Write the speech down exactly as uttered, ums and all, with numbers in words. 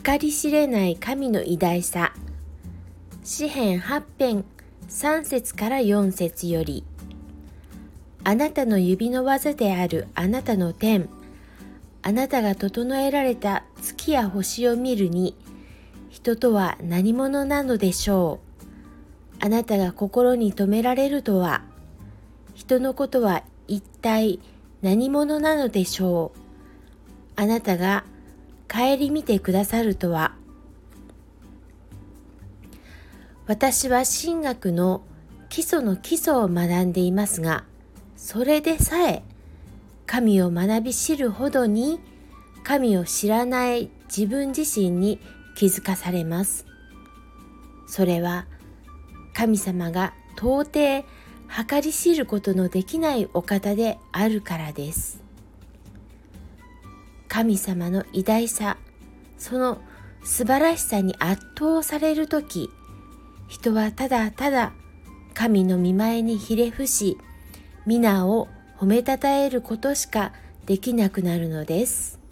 計り知れない神の偉大さ。詩編はち編さん節からよん節より、あなたの指の技であるあなたの天、あなたが整えられた月や星を見るに、人とは何者なのでしょう。あなたが心に留められるとは、人のことは一体何者なのでしょう。あなたが顧みてくださるとは。私は神学の基礎の基礎を学んでいますが、それでさえ神を学び知るほどに神を知らない自分自身に気づかされます。それは神様が到底計り知ることのできないお方であるからです。神様の偉大さ、その素晴らしさに圧倒されるとき、人はただただ神の御前にひれ伏し、皆を褒めたたえることしかできなくなるのです。